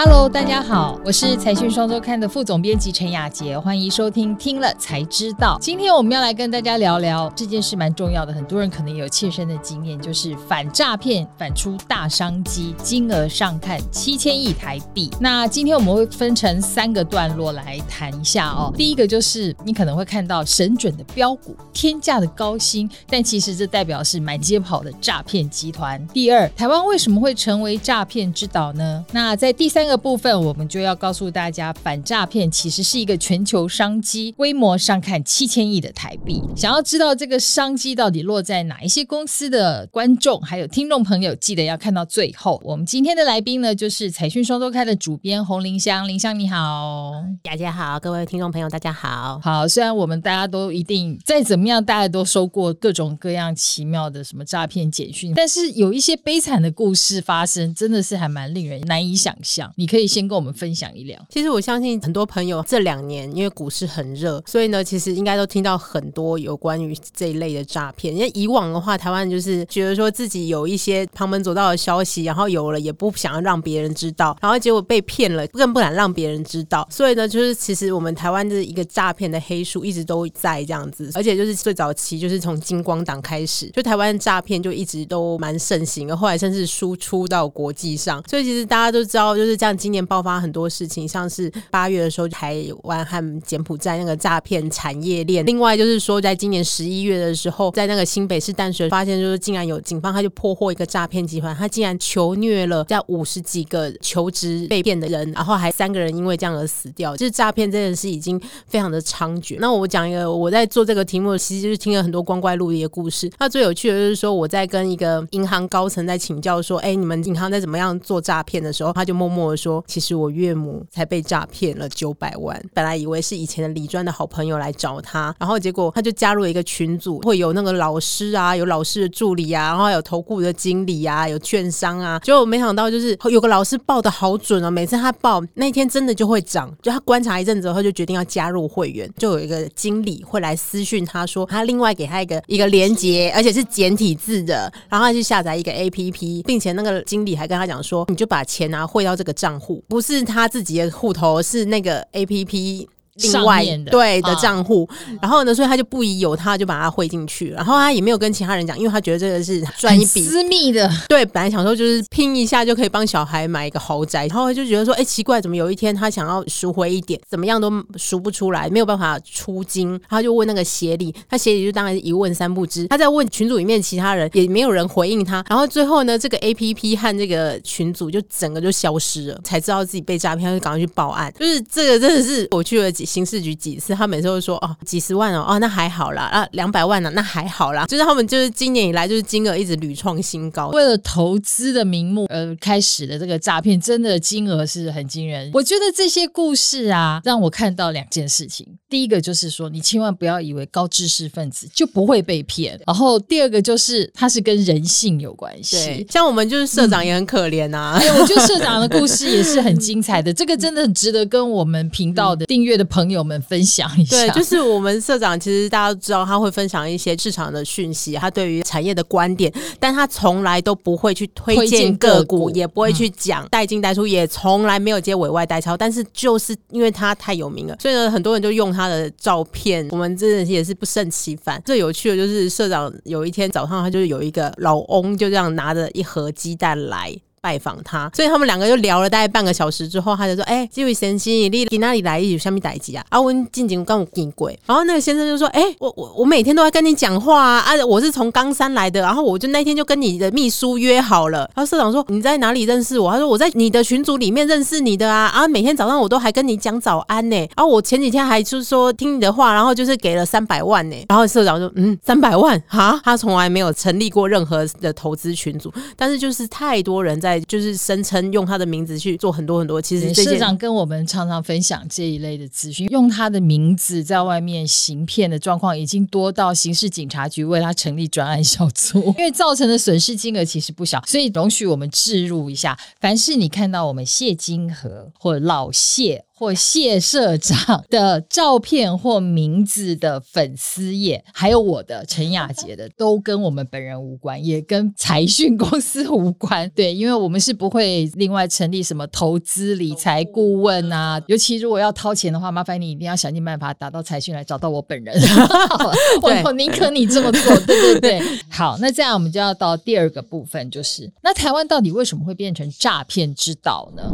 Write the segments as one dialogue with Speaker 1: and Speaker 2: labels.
Speaker 1: Hello， 大家好，我是财讯双周刊的副总编辑陈雅洁，欢迎收听听了才知道。今天我们要来跟大家聊聊这件事蛮重要的，很多人可能也有切身的经验，就是反诈骗反出大商机，金额上看7000亿台币。那今天我们会分成3个段落来谈一下哦。第一个就是你可能会看到神准的标股，天价的高薪，但其实这代表是满街跑的诈骗集团。第二，台湾为什么会成为诈骗之岛呢？那在第3个部分，我们就要告诉大家，反诈骗其实是一个全球商机，规模上看7000亿的台币。想要知道这个商机到底落在哪一些公司的观众还有听众朋友，记得要看到最后。我们今天的来宾呢，就是财讯双周刊的主编洪林香。林香你好。
Speaker 2: 雅洁好，各位听众朋友大家好。
Speaker 1: 好，虽然我们大家都一定再怎么样，大家都收过各种各样奇妙的什么诈骗简讯，但是有一些悲惨的故事发生，真的是还蛮令人难以想象。你可以先跟我们分享一两。
Speaker 2: 其实我相信很多朋友这2年因为股市很热，所以呢其实应该都听到很多有关于这一类的诈骗。因为以往的话，台湾就是觉得说自己有一些旁门左道的消息，然后有了也不想要让别人知道，然后结果被骗了更不敢让别人知道。所以呢就是其实我们台湾的一个诈骗的黑数一直都在这样子，而且就是最早期就是从金光党开始，就台湾诈骗就一直都蛮盛行，后来甚至输出到国际上。所以其实大家都知道，就是这样今年爆发很多事情，像是8月的时候台湾和柬埔寨那个诈骗产业链，另外就是说在今年11月的时候，在那个新北市淡水发现就是竟然有警方他就破获一个诈骗集团，他竟然囚虐了在50几个求职被骗的人，然后还3个人因为这样而死掉。就是诈骗这件事已经非常的猖獗。那我讲一个我在做这个题目其实就是听了很多光怪陆离的故事。那最有趣的就是说我在跟一个银行高层在请教说你们银行在怎么样做诈骗的时候，他就默默的说其实我岳母才被诈骗了900万，本来以为是以前的理专的好朋友来找他，然后结果他就加入了一个群组，会有那个老师啊，有老师的助理啊，然后有投顾的经理啊，有券商啊，结果没想到就是有个老师报的好准哦，每次他报那天真的就会涨，就他观察一阵子后他就决定要加入会员，就有一个经理会来私讯他说他另外给他一个连结，而且是简体字的，然后他去下载一个 APP， 并且那个经理还跟他讲说你就把钱汇到这个账户，不是他自己的户头，是那个 APP另外对的账户，然后呢，所以他就不疑有他，就把它汇进去，然后他也没有跟其他人讲，因为他觉得这个是赚一笔
Speaker 1: 私密的，
Speaker 2: 对，本来想说就是拼一下就可以帮小孩买一个豪宅，然后就觉得说奇怪，怎么有一天他想要赎回一点，怎么样都赎不出来，没有办法出金，他就问那个协理，他协理就当然一问3不知，他在问群组里面其他人也没有人回应他，然后最后呢这个 APP 和这个群组就整个就消失了，才知道自己被诈骗，他就赶快去报案。就是这个真的是我去了刑事局几次，他每次都说几十万那还好啦200万那还好啦，就是他们就是今年以来就是金额一直屡创新高，
Speaker 1: 为了投资的名目开始的这个诈骗，真的金额是很惊人。我觉得这些故事啊让我看到2件事情，第一个就是说你千万不要以为高知识分子就不会被骗，然后第二个就是它是跟人性有关系。
Speaker 2: 对，像我们就是社长也很可怜啊
Speaker 1: 我觉得社长的故事也是很精彩的，这个真的很值得跟我们频道的订阅的朋友们分享一下。
Speaker 2: 对，就是我们社长其实大家都知道他会分享一些市场的讯息，他对于产业的观点，但他从来都不会去推荐个股，也不会去讲带进带出，也从来没有接委外代操，但是就是因为他太有名了，所以呢很多人就用他的照片，我们真的也是不胜其烦。最有趣的就是社长有一天早上他就有一个老翁就这样拿着一盒鸡蛋来拜访他，所以他们2个就聊了大概半个小时之后，他就说这位先生你去哪里来，有什么事情啊我之前跟我见过。然后那个先生就说我每天都在跟你讲话我是从冈山来的，然后我就那天就跟你的秘书约好了。然后社长说你在哪里认识我，他说我在你的群组里面认识你的每天早上我都还跟你讲早安呢，然后我前几天还就是说听你的话，然后就是给了300万呢。然后社长就300万他从来没有成立过任何的投资群组，但是就是太多人在就是声称用他的名字去做很多很多，其实
Speaker 1: 社长跟我们常常分享这一类的资讯，用他的名字在外面行骗的状况已经多到刑事警察局为他成立专案小组，因为造成的损失金额其实不小，所以容许我们置入一下，凡是你看到我们谢金河或者老谢或谢社长的照片或名字的粉丝页，还有我的陈雅洁的，都跟我们本人无关，也跟财讯公司无关。对，因为我们是不会另外成立什么投资理财顾问啊，尤其如果要掏钱的话，麻烦你一定要想尽办法打到财讯来找到我本人。我宁可你这么做。对对对。好，那这样我们就要到第二个部分，就是那台湾到底为什么会变成诈骗之岛呢？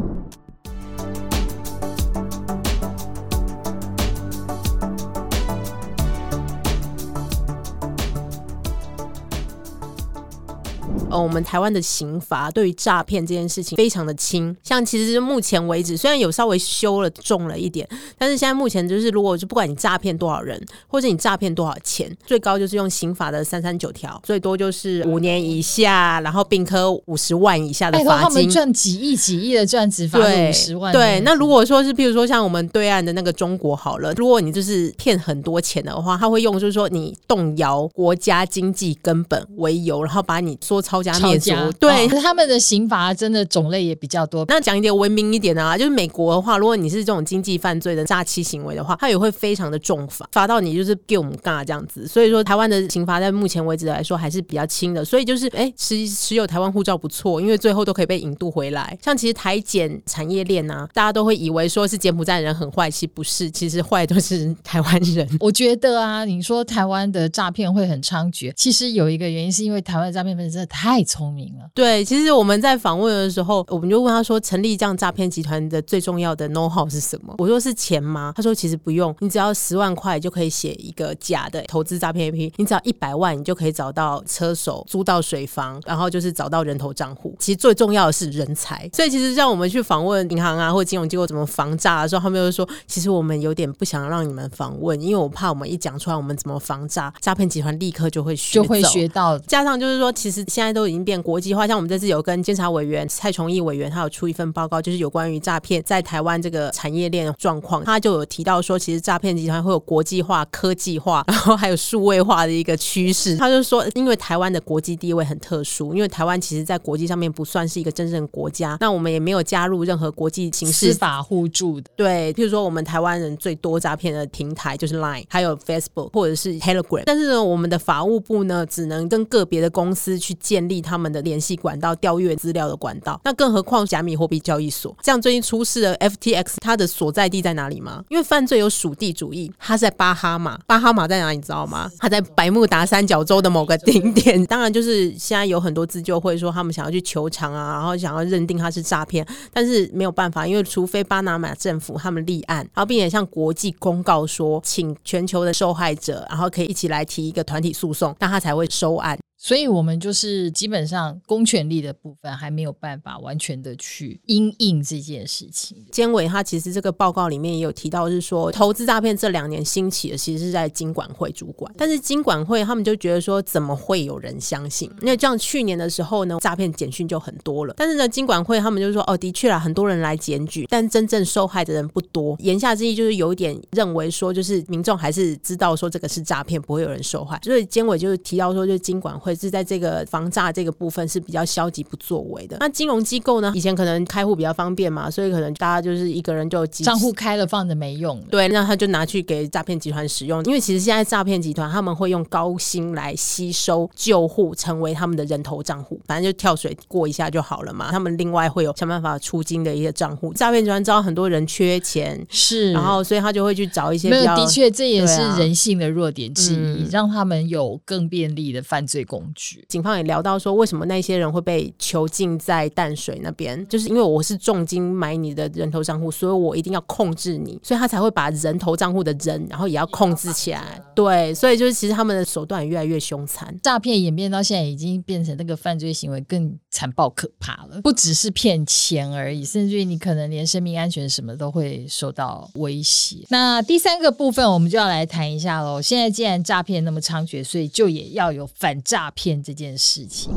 Speaker 2: 我们台湾的刑罚对于诈骗这件事情非常的轻，像其实目前为止虽然有稍微修了重了一点，但是现在目前就是如果就不管你诈骗多少人或者你诈骗多少钱，最高就是用刑法的339条，最多就是5年以下，然后并科50万以下的罚金。
Speaker 1: 他们赚几亿的赚，只罚50万。
Speaker 2: 对，那如果说是譬如说像我们对岸的那个中国好了，如果你就是骗很多钱的话，他会用就是说你动摇国家经济根本为由，然后把你说抄家灭族。对，
Speaker 1: 可是他们的刑罚真的种类也比较多。
Speaker 2: 那讲一点文明一点的啊，就是美国的话，如果你是这种经济犯罪的诈欺行为的话，它也会非常的重罚，罚到你就是给我们干这样子。所以说台湾的刑罚在目前为止来说还是比较轻的，所以就是持有台湾护照不错，因为最后都可以被引渡回来。像其实台检产业链啊，大家都会以为说是柬埔寨人很坏，其实不是，其实坏都是台湾人。
Speaker 1: 我觉得啊，你说台湾的诈骗会很猖獗，其实有一个原因是因为台湾的诈骗分子真的太聪明了。
Speaker 2: 对，其实我们在访问的时候，我们就问他说，成立这样诈骗集团的最重要的 know how 是什么？我说是钱吗？他说其实不用，你只要10万块就可以写一个假的投资诈骗 APP， 你只要100万你就可以找到车手，租到水房，然后就是找到人头账户。其实最重要的是人才，所以其实让我们去访问银行啊或金融机构怎么防诈的时候，他们就说其实我们有点不想让你们访问，因为我怕我们一讲出来我们怎么防诈，诈骗集团立刻就会学到。加上就是说其实现在都已经变国际化，像我们这次有跟监察委员蔡崇义委员他有出一份报告，就是有关于诈骗在台湾这个产业链状况，他就有提到说其实诈骗集团会有国际化、科技化，然后还有数位化的一个趋势。他就说因为台湾的国际地位很特殊，因为台湾其实在国际上面不算是一个真正国家，那我们也没有加入任何国际形式
Speaker 1: 司法互助的。
Speaker 2: 对，譬如说我们台湾人最多诈骗的平台就是 LINE 还有 Facebook 或者是 Telegram， 但是呢我们的法务部呢只能跟个别的公司去建立他们的联系管道、调阅资料的管道，那更何况加密货币交易所。这样最近出事的 FTX 它的所在地在哪里吗？因为犯罪有属地主义，它是在巴哈马。巴哈马在哪里你知道吗？它在百慕达三角洲的某个顶点。当然就是现在有很多自救会说他们想要去求偿啊，然后想要认定它是诈骗，但是没有办法，因为除非巴拿马政府他们立案，然后并且向国际公告说请全球的受害者然后可以一起来提一个团体诉讼，那他才会收案。
Speaker 1: 所以我们就是基本上公权力的部分还没有办法完全的去因应这件事情。
Speaker 2: 监委他其实这个报告里面也有提到是说投资诈骗这2年兴起的其实是在金管会主管，但是金管会他们就觉得说怎么会有人相信，因为这样去年的时候呢诈骗简讯就很多了，但是呢金管会他们就说的确啦，很多人来检举，但真正受害的人不多。言下之意就是有一点认为说就是民众还是知道说这个是诈骗，不会有人受害，所以监委就是提到说就是金管会是在这个防诈这个部分是比较消极不作为的。那金融机构呢，以前可能开户比较方便嘛，所以可能大家就是一个人就
Speaker 1: 账户开了放着没用，
Speaker 2: 对，那他就拿去给诈骗集团使用。因为其实现在诈骗集团他们会用高薪来吸收旧户成为他们的人头账户，反正就跳水过一下就好了嘛，他们另外会有想办法出金的一些账户。诈骗集团知道很多人缺钱，
Speaker 1: 是，
Speaker 2: 然后所以他就会去找一些比较，
Speaker 1: 的确这也是人性的弱点之一，让他们有更便利的犯罪工具。
Speaker 2: 警方也聊到说为什么那些人会被囚禁在淡水那边，就是因为我是重金买你的人头账户，所以我一定要控制你，所以他才会把人头账户的人然后也要控制起来。对，所以就是其实他们的手段也越来越凶残，
Speaker 1: 诈骗演变到现在已经变成那个犯罪行为更残暴可怕了，不只是骗钱而已，甚至于你可能连生命安全什么都会受到威胁。那第3个部分我们就要来谈一下咯，现在既然诈骗那么猖獗，所以就也要有反诈骗这件事情。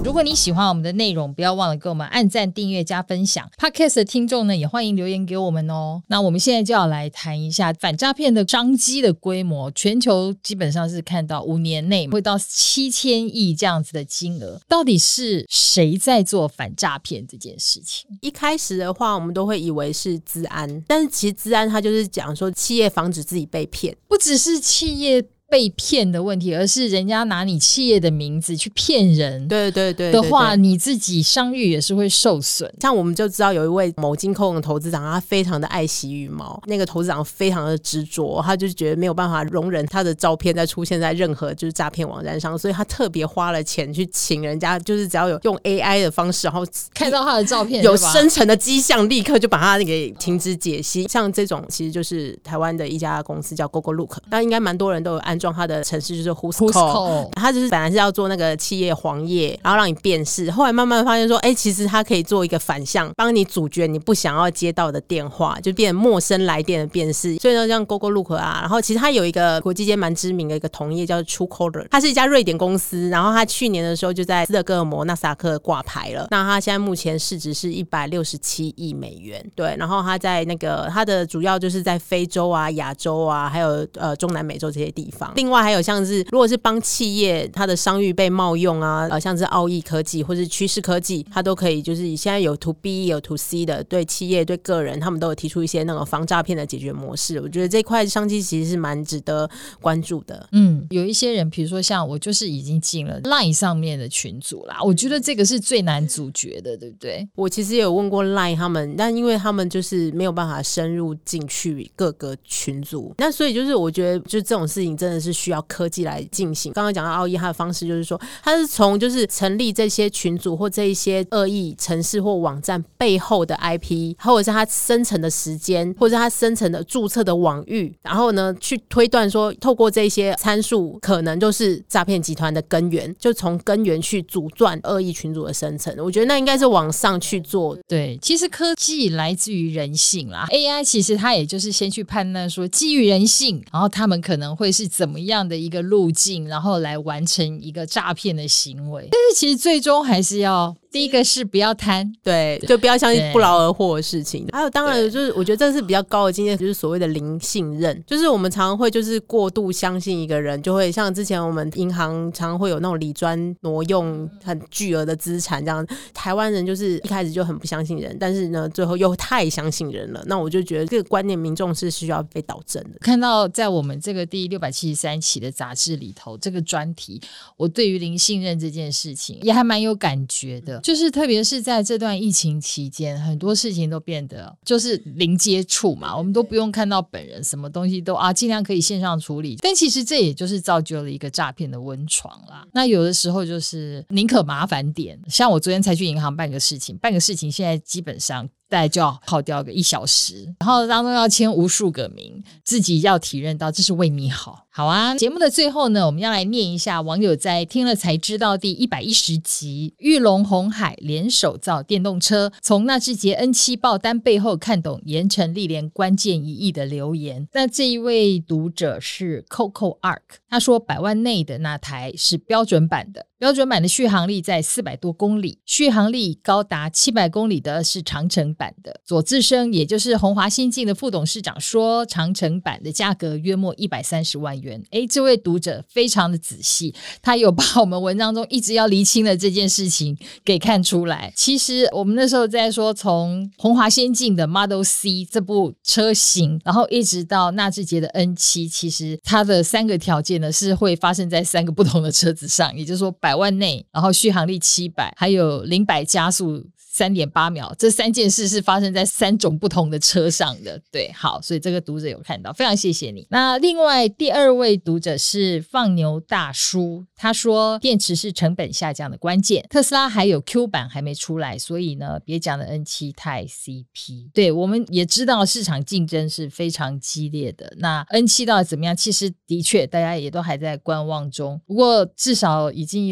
Speaker 1: 如果你喜欢我们的内容，不要忘了给我们按赞、订阅、加分享。Podcast 的听众呢，也欢迎留言给我们哦。那我们现在就要来谈一下反诈骗的商机的规模，全球基本上是看到5年内会到7000亿这样子的金额。到底是谁在做反诈骗这件事情？
Speaker 2: 一开始的话，我们都会以为是资安，但是其实资安它就是讲说企业防止自己被骗，
Speaker 1: 不只是企业被骗的问题，而是人家拿你企业的名字去骗人，
Speaker 2: 对对对
Speaker 1: 的话，你自己商誉也是会受损。
Speaker 2: 像我们就知道有一位某金控的投资长，他非常的爱惜羽毛，那个投资长非常的执着，他就觉得没有办法容忍他的照片再出现在任何就是诈骗网站上，所以他特别花了钱去请人家，就是只要有用 AI 的方式，然后
Speaker 1: 看到他的照片
Speaker 2: 有生成的迹象，立刻就把他给停止解析。像这种其实就是台湾的一家公司叫 GoGoLook， 那应该蛮多人都有安装他的程式，就是 Whoscall， 他就是本来是要做那个企业黄页，然后让你辨识，后来慢慢发现说其实他可以做一个反向，帮你阻绝你不想要接到的电话，就变成陌生来电的辨识。所以呢，像 GoGoLook 啊，然后其实他有一个国际间蛮知名的一个同业叫 Truecaller， 它是一家瑞典公司，然后他去年的时候就在斯德哥尔摩纳斯达克挂牌了，那他现在目前市值是167亿美元，对，然后他在那个他的主要就是在非洲啊、亚洲啊，还有中南美洲这些地方。另外还有像是如果是帮企业它的商誉被冒用啊，像是奥义科技或是趋势科技，它都可以就是现在有 to B 有 to C 的，对企业对个人他们都有提出一些那种防诈骗的解决模式。我觉得这块商机其实是蛮值得关注的。
Speaker 1: 有一些人比如说像我就是已经进了 LINE 上面的群组啦，我觉得这个是最难阻绝的，对不对？
Speaker 2: 我其实也有问过 LINE 他们，但因为他们就是没有办法深入进去各个群组，那所以就是我觉得就这种事情真的是需要科技来进行。刚刚讲到奥义，他的方式就是说他是从就是成立这些群组或这一些恶意程式或网站背后的 IP， 或者是他生成的时间，或者是他生成的注册的网域，然后呢去推断说透过这些参数可能就是诈骗集团的根源，就从根源去阻断恶意群组的生成。我觉得那应该是往上去做。
Speaker 1: 对，其实科技来自于人性啦， AI 其实它也就是先去判断说基于人性，然后他们可能会是怎么样的一个路径，然后来完成一个诈骗的行为。但是其实最终还是要第一个是不要贪，
Speaker 2: 对，就不要相信不劳而获的事情。还有当然就是我觉得这是比较高的境界，就是所谓的零信任，就是我们常常会就是过度相信一个人，就会像之前我们银行常常会有那种理专挪用很巨额的资产这样。台湾人就是一开始就很不相信人，但是呢最后又太相信人了，那我就觉得这个观念民众是需要被导正的。
Speaker 1: 看到在我们这个第673期的杂志里头这个专题，我对于零信任这件事情也还蛮有感觉的，就是特别是在这段疫情期间，很多事情都变得就是零接触嘛，我们都不用看到本人，什么东西都尽量可以线上处理，但其实这也就是造就了一个诈骗的温床啦。那有的时候就是宁可麻烦点，像我昨天才去银行办个事情现在基本上大概就要耗掉个1小时，然后当中要签无数个名，自己要体认到这是为你好。好啊，节目的最后呢，我们要来念一下网友在听了才知道第110集玉龙鸿海联手造电动车，从纳智捷 N7 爆单背后看懂盐城历练关键1亿的留言。那这一位读者是 Coco Ark， 他说100万内的那台是标准版的，标准版的续航力在400多公里，续航力高达700公里的是长城版的。左志生也就是鸿华新晋的副董事长说，长城版的价格约莫130万元。这位读者非常的仔细，他有把我们文章中一直要厘清的这件事情给看出来。其实我们那时候在说，从鸿华先进的 Model C 这部车型，然后一直到纳智捷的 N7， 其实它的3个条件呢是会发生在3个不同的车子上，也就是说100万内，然后续航力700，还有0-100加速3.8秒，这3件事是发生在3种不同的车上的。对，好，所以这个读者有看到，非常谢谢你。那另外第2位读者是放牛大叔，他说电池是成本下降的关键，特斯拉还有 Q 版还没出来，所以呢别讲的 N7 太 CP。 对，我们也知道市场竞争是非常激烈的，那 N7 到底怎么样，其实的确大家也都还在观望中，不过至少已经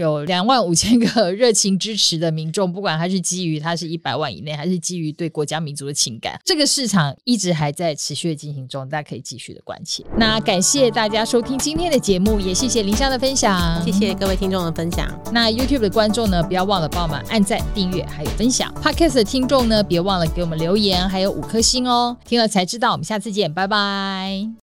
Speaker 1: 有25000个热情支持的民众，不管他是基于他是100万以内，还是基于对国家民族的情感，这个市场一直还在持续的进行中，大家可以继续的关切。那感谢大家收听今天的节目，也谢谢林香的分享，
Speaker 2: 谢谢各位听众的分享。
Speaker 1: 那 YouTube 的观众呢，不要忘了帮我们按赞、订阅还有分享。 Podcast 的听众呢，别忘了给我们留言还有5颗星哦。听了才知道，我们下次见，拜拜。